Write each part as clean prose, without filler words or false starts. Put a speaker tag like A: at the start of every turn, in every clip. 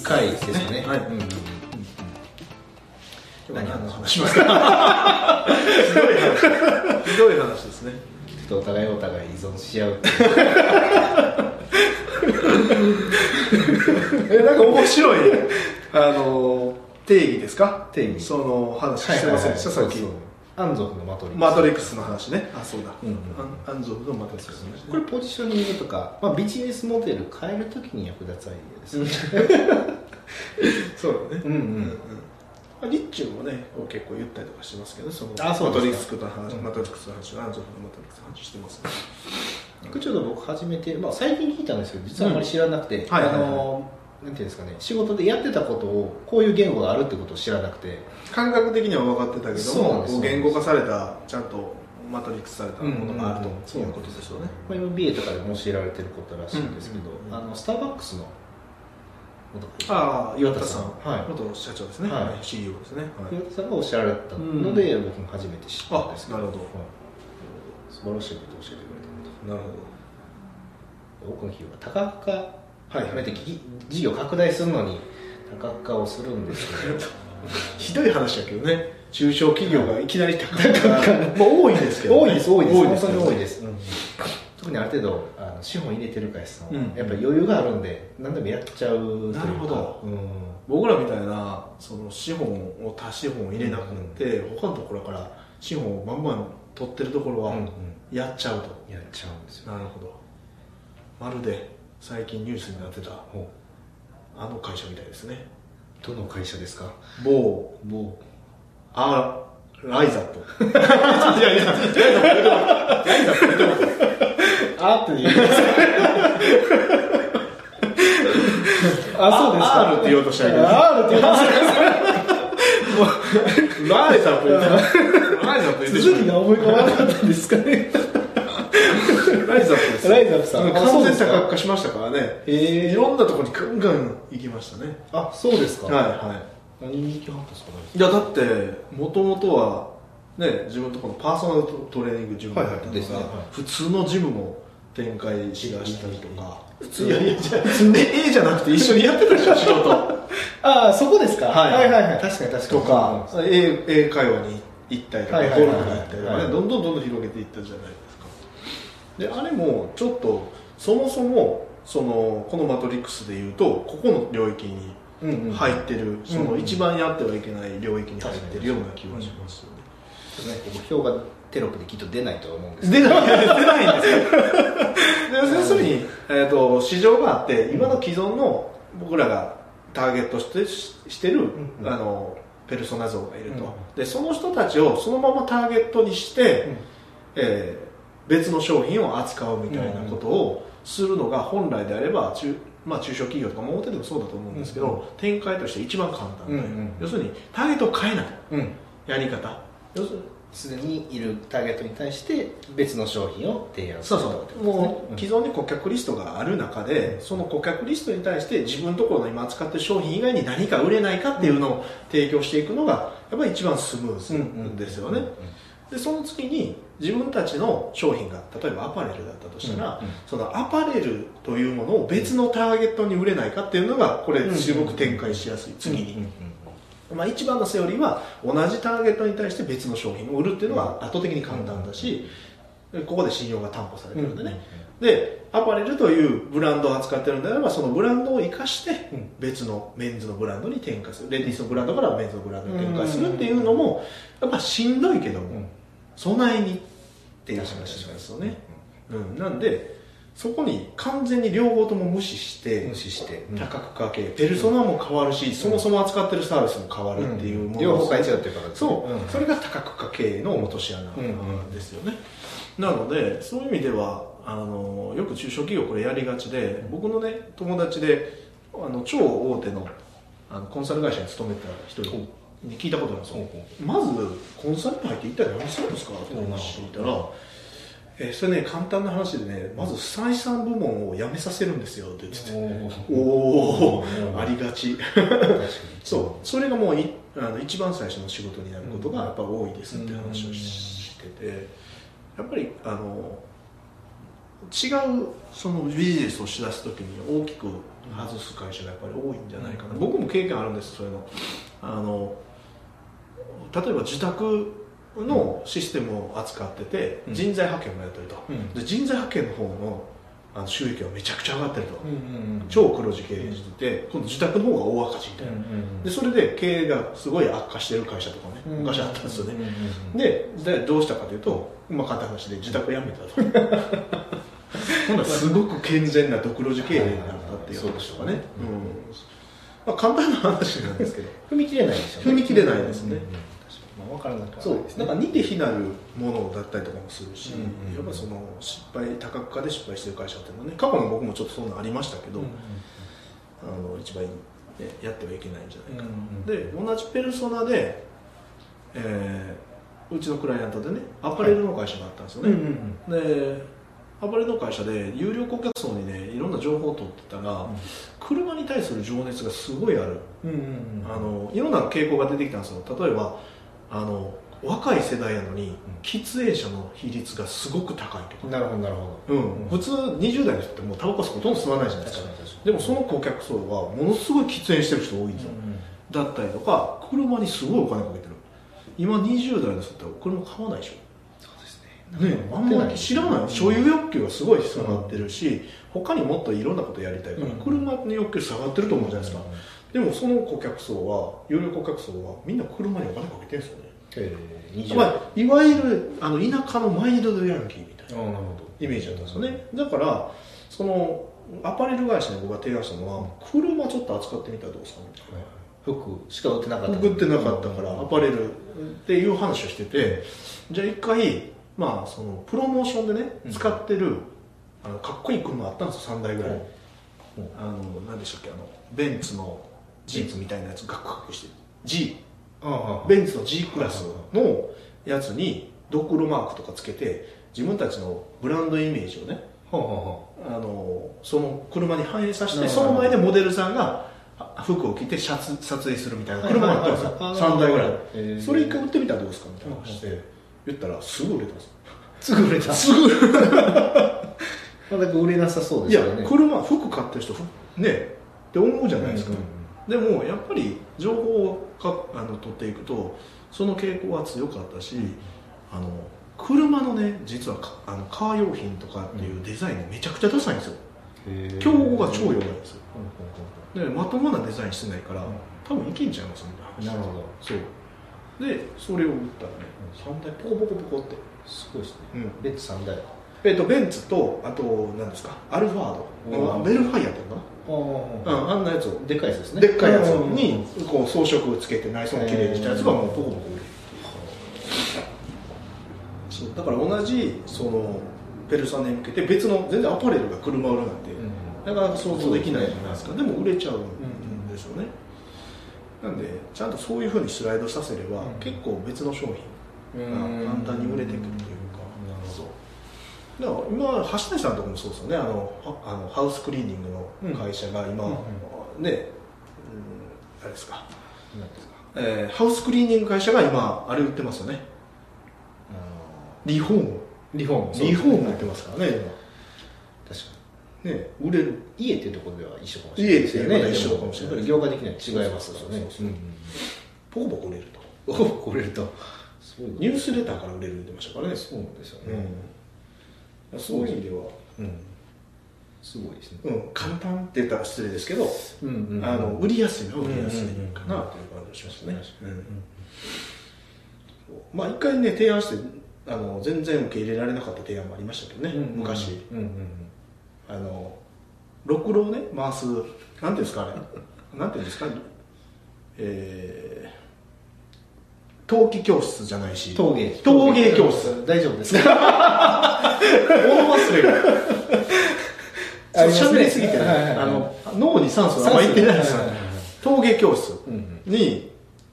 A: 回ですね。はい。
B: 何話しますか？ひどい話ですね。
A: ちょっとお互い依存し合う。
B: なんか面白い定義ですか？
A: 定義。
B: その話してませんでした、さっき。
A: アンゾフの
B: マトリックスの話ね。あ、そうだ。アンゾフのマトリックスの話ね。
A: これポジショニングとか、ビジネスモデル変えるときに役立つアイデアですね。
B: そうだね。リッチュもね、結構言ったりとかしてますけど、そのマトリックスの話、アンゾフのマトリックスの話してますね。
A: ちょっと僕初めて、最近聞いたんですけど、実はあまり知らなくて、なんていうんですかね、仕事でやってたことをこういう言語があるってことを知らなくて、
B: 感覚的には分かってたけども、言語化された、ちゃんとマトリックスされたものがあるということですよね。
A: MBA とかでも教えられてることらしいんですけど、スターバックスの
B: 岩田さん、元社長ですね、CEO ですね。
A: 岩田さんがおっしゃられたので、僕も初めて知ったんですけど、
B: なるほど、
A: 素晴らしいことを教えてくれた。
B: なるほ
A: ど。多くの企業が多角化、事業拡大するのに多角化をするんですけど
B: ひどい話だけどね、中小企業がいきなり多角化多いんですけど、
A: 多いです、本当に多いです。特にある程度資本入れてる会社さんはやっぱり余裕があるんで何でもやっちゃうというか。
B: なるほど。僕らみたいなその資本を他資本を入れなくて、他のところから資本をバンバン取ってるところはやっちゃうと。
A: やっちゃうんですよ。
B: なるほど。まるで最近ニュースになってたあの会社みたいですね。
A: どの会社ですか？
B: 某ライザップ。いやライザップ見ても
A: あって言うんですか？そうですか。
B: R って言おうとしたけど、
A: R って言おうとした
B: ライザップ言って
A: 続きが思い浮かばなかったんですかね。
B: ライザップです。
A: ライザップさん
B: 完全多角化しましたからね。いろんなところにガンガン行きましたね。
A: あ、そうですか。
B: はい
A: 何に行きはったんですかね。
B: いやだってもともとはね、自分のところのパーソナルトレーニングジムが入ったとか、普通のジムも展開しだしたりとか、普通絵じゃなくて一緒にやってたでしょ、仕事。
A: ああ、そこですか。はい確かに
B: とか、英会話に行ったりとか、ゴルフに行ったりとかね、どんどん広げていったじゃないですか。であれもちょっとそもそもこのマトリックスでいうとここの領域に入ってる、その一番やってはいけない領域に入ってるような気がしますよね。
A: 目標がテロップできっと出ないとは思うんです
B: けど、出ないんですよ。要するに、市場があって今の既存の僕らがターゲットしてる、ペルソナ像がいると、でその人たちをそのままターゲットにして、別の商品を扱うみたいなことをするのが本来であれば中小企業とかも大手でもそうだと思うんですけど、展開として一番簡単で、要するにターゲットを変えないやり方、要するに
A: すでにいるターゲットに対して別の商品を提案すると、
B: もう既存に顧客リストがある中で、その顧客リストに対して自分のところの今扱ってる商品以外に何か売れないかっていうのを提供していくのがやっぱり一番スムーズですよね。でその次に自分たちの商品が例えばアパレルだったとしたら、そのアパレルというものを別のターゲットに売れないかっていうのがこれすごく展開しやすい。次に一番のセオリーは同じターゲットに対して別の商品を売るっていうのが圧倒的に簡単だし、ここで信用が担保されてるんでね、でアパレルというブランドを扱ってるんであればそのブランドを生かして別のメンズのブランドに転換する、レディースのブランドからメンズのブランドに転換するっていうのもやっぱしんどいけども備えにっていう話ですよね。なんでそこに完全に両方とも無視して多角化系、ペルソナも変わるし、そもそも扱ってるサービスも変わるっていうもの、
A: 両方変えちゃうっていう形、
B: それが多角化系の落とし穴ですよね。なのでそういう意味ではよく中小企業これやりがちで、僕のね友達で超大手のコンサル会社に勤めた人に聞いたことなんですよ。まずコンサルに入って一体何するんですかって話聞いたら、それね簡単な話でね、まず採算部門を辞めさせるんですよって言ってて、おおありがちそれがもう一番最初の仕事になることがやっぱ多いですって話をしてて、やっぱり違うそのビジネスをしだすときに大きく外す会社がやっぱり多いんじゃないかな、僕も経験あるんです。そういうの例えば自宅のシステムを扱ってて、人材派遣もやってると、で人材派遣の方の収益はめちゃくちゃ上がってると、超黒字経営してて、今度自宅の方が大赤字みたいな、でそれで経営がすごい悪化してる会社とかね、昔あったんですよね、でどうしたかというと、簡単な話で自宅を辞めたと今度はすごく健全な黒字経営になったっていう話とかね、簡単な話なんですけど
A: 踏み切れないですよね。
B: 踏み切れないですね、
A: 分からなくは
B: そう
A: ないですね。
B: なんか似て非なるものだったりとかもするし、やっぱりその多角化で失敗してる会社っていうのはね、過去の僕もちょっとそんなのありましたけど、一番やってはいけないんじゃないかな、で同じペルソナで、うちのクライアントでねアパレルの会社があったんですよね、でアパレルの会社で有料顧客層にねいろんな情報を取ってたら、車に対する情熱がすごいある、いろんな傾向が出てきたんですよ。例えば若い世代やのに喫煙者の比率がすごく高いとか、
A: なるほどなるほど、
B: 普通20代の人ってもうタバコほとんど吸わないじゃないですか。でもその顧客層はものすごい喫煙してる人多いんですよ、だったりとか車にすごいお金かけてる。今20代の人って車買わないでしょ。あんまり知らない、所有欲求がすごい下がってるし、他にもっといろんなことやりたいから、車の欲求下がってると思うじゃないですか、でもその顧客層は有料顧客層はみんな車にお金かけてるんですよね、いわゆる田舎のマイルドヤンキーみたいなイメージだったんですよね。だからそのアパレル会社に僕が提案したのは、車ちょっと扱ってみたらどうですかみたいな、
A: 服しか売ってなかった、
B: 売ってなかったからアパレルっていう話をしてて、じゃあ一回そのプロモーションでね使ってるかっこいい車あったんですよ、3台ぐらい、何でしたっけ、ベンツのジープみたいなやつガクガクしてる G、ベンツの G クラスのやつにドクロマークとかつけて自分たちのブランドイメージをね、その車に反映させて、その前でモデルさんが服を着て撮影するみたいな車があったんですよ、3台ぐらい、それ一回売ってみたらどうですかみたいな話で言ったらすぐ売れたんですよ。
A: すぐ売れた。
B: すぐ売れた。
A: まだ売れなさそうですよね。
B: いや、服買ってる人ねって思うじゃないですか、でもやっぱり情報を取っていくとその傾向は強かったし、車のね実はカー用品とかっていうデザインめちゃくちゃダサいんですよ。競合が超弱いんですよ、でまともなデザインしてないから多分いけんちゃいますみたいな。
A: なるほど。
B: そうでそれを売ったらね3台ポコポコポコって、
A: すごいですね、ベンツ3台、
B: ベンツとあと何ですかアルファード、ベルファイアっていうのかな、あんなやつを
A: でっかいやつですね、
B: でっかいやつにこう装飾をつけて内装をきれいにしたやつがもうポコポコ売れる、そうだから同じそのペルソナに向けて別の全然アパレルが車売るなんて、なかなか想像できないじゃないですか。でも売れちゃうんですよね、なんでちゃんとそういうふうにスライドさせれば、結構別の商品が簡単に売れていくっていうか、だから今橋谷さんのところもそうですよね、ハウスクリーニングの会社が今、ね、あれですか、ハウスクリーニング会社が今あれ売ってますよね、リフォーム売ってますからね、今
A: 確か
B: ね、売れる
A: 家っていうところでは一緒かもしれないですよね。
B: 家っていうのは一緒かもしれない。
A: 業界的には違いますよね。
B: ポコポコ売れると。
A: ポコポコ売れると。
B: ニュースレターから売れるって言ってましたからね。
A: そうですよね。
B: そういう意味では、
A: すごいですね。
B: 簡単って言ったら失礼ですけど、売りやすいのは売りやすいかなという感じがしますね。まあ一回ね提案して全然受け入れられなかった提案もありましたけどね、昔。ろくろをね回す、なんていうんですかあれ、なんていうんですか、陶器教室じゃないし、陶芸教室、
A: 大丈夫ですか？
B: 大忘れが喋りすぎて脳に酸素があんまりいってないですよ。陶芸教室に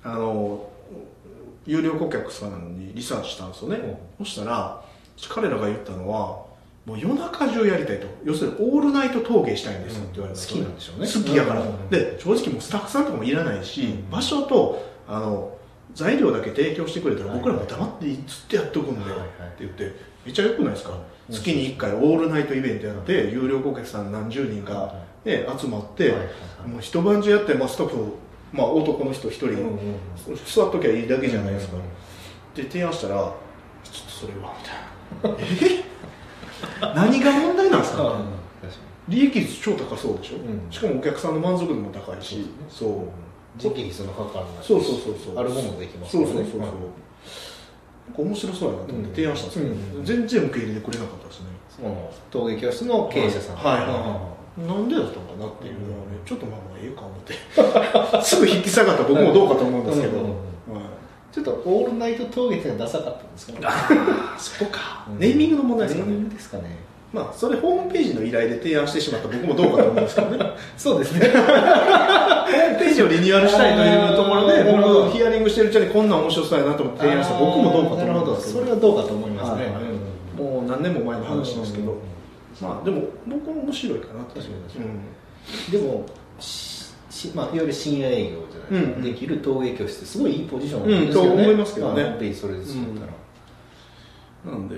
B: 有料顧客さんにリサーチしたんですよね。そしたら彼らが言ったのは、もう夜中中やりたいと、要するにオールナイト陶芸したいんですって言われた、
A: 好きなんでしょうね、
B: 好きやから、で正直もうスタッフさんとかもいらないし、場所と材料だけ提供してくれたら僕らも黙ってずっとやっておくんでって言って、めっちゃよくないですか、月に1回オールナイトイベントやって有料顧客さん何十人か、 で集まって、もう一晩中やって、スタッフ、男の人一人、座っときゃいいだけじゃないですか。で提案したら、ちょっとそれはみたいな何が問題なんですか、利益率超高そうでしょ、しかもお客さんの満足度も高いし、
A: 人件費そのかからないし、あるものできますからね。
B: 面白そうやなと思って提案したんですけど、全然受け入れてくれなかったですね。
A: その陶芸教室の経営者さん、
B: なんでだったのかなっていうのはね、ちょっとええか思ってすぐ引き下がった僕もどうかと思うんですけど、
A: ちょっとオールナイト陶芸ってダサかったんですかね。
B: そこか、ネーミングの問題ですかね。
A: ネーミングですかね。
B: それホームページの依頼で提案してしまった僕もどうかと思うんですけどね
A: そうですねホ
B: ームページをリニューアルしたいというところで僕ヒアリングしてるうちにこんな面白そうやなと思って提案した僕もどうかと思うんですけど、
A: それはどうかと思いますね。
B: もう何年も前の話ですけど、でも僕は面白いかなって。
A: でもいわゆる深夜営業じゃないですか、できる陶芸教室すごいいいポジションなんですよね。
B: と思いますけどね。
A: ホームページそれで作ったら、
B: なんで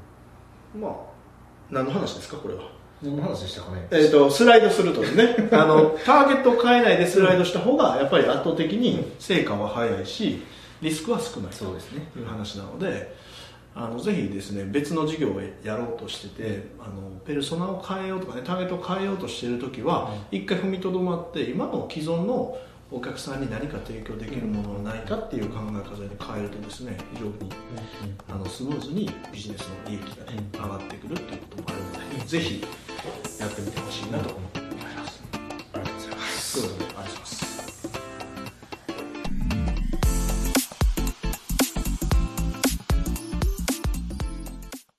B: 何の話ですかこれは。
A: 何の話でしたかね。
B: スライドするとですねターゲットを変えないでスライドした方がやっぱり圧倒的に成果は早いしリスクは少ないという話なので、ぜひですね別の事業をやろうとしててペルソナを変えようとかねターゲットを変えようとしている時は一回踏みとどまって今の既存のお客さんに何か提供できるものはないかっていう考え方に変えるとですね非常にスムーズにビジネスの利益が、上がってくるということもあるので、ぜひやってみてほしいなと思います。
A: ありがとうございます。
B: ありがとうございます。